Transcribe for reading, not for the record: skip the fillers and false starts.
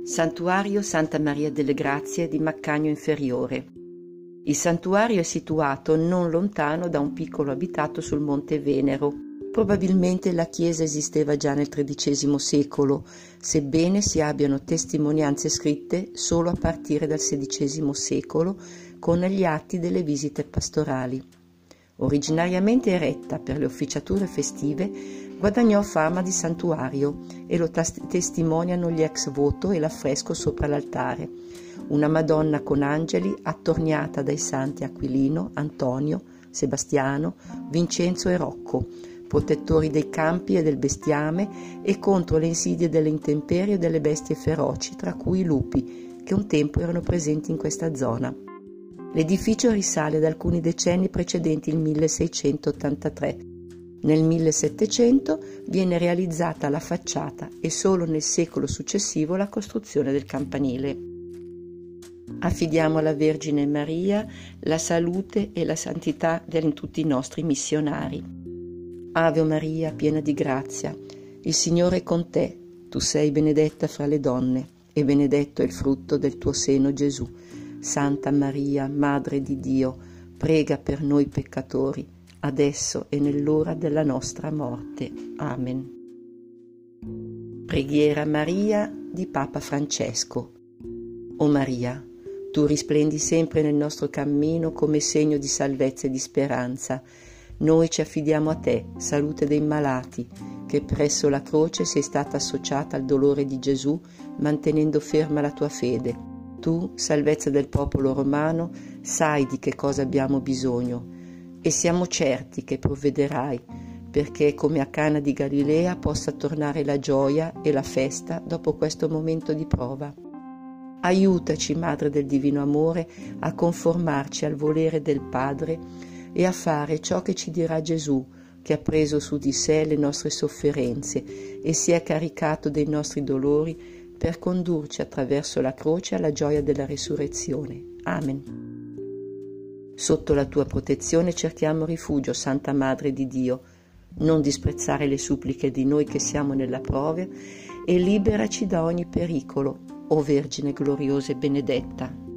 Santuario Santa Maria delle Grazie di Maccagno Inferiore. Il santuario è situato non lontano da un piccolo abitato sul Monte Venero. Probabilmente la chiesa esisteva già nel XIII secolo, sebbene si abbiano testimonianze scritte solo a partire dal XVI secolo con gli atti delle visite pastorali. Originariamente eretta per le officiature festive, guadagnò fama di santuario e lo testimoniano gli ex voto e l'affresco sopra l'altare. Una Madonna con angeli attorniata dai santi Aquilino, Antonio, Sebastiano, Vincenzo e Rocco, protettori dei campi e del bestiame e contro le insidie delle intemperie e delle bestie feroci, tra cui i lupi, che un tempo erano presenti in questa zona. L'edificio risale ad alcuni decenni precedenti il 1683. Nel 1700 viene realizzata la facciata e solo nel secolo successivo la costruzione del campanile. Affidiamo alla Vergine Maria la salute e la santità di tutti i nostri missionari. Ave Maria, piena di grazia, il Signore è con te. Tu sei benedetta fra le donne e benedetto è il frutto del tuo seno, Gesù. Santa Maria, Madre di Dio, prega per noi peccatori, adesso e nell'ora della nostra morte. Amen. Preghiera Maria di Papa Francesco. O Maria, tu risplendi sempre nel nostro cammino come segno di salvezza e di speranza. Noi ci affidiamo a te, salute dei malati, che presso la croce sei stata associata al dolore di Gesù, mantenendo ferma la tua fede. Tu, salvezza del popolo romano, sai di che cosa abbiamo bisogno e siamo certi che provvederai, perché come a Cana di Galilea possa tornare la gioia e la festa dopo questo momento di prova. Aiutaci, Madre del Divino Amore, a conformarci al volere del Padre e a fare ciò che ci dirà Gesù, che ha preso su di sé le nostre sofferenze e si è caricato dei nostri dolori per condurci attraverso la croce alla gioia della risurrezione. Amen. Sotto la tua protezione cerchiamo rifugio, Santa Madre di Dio. Non disprezzare le suppliche di noi che siamo nella prova e liberaci da ogni pericolo, o Vergine gloriosa e benedetta.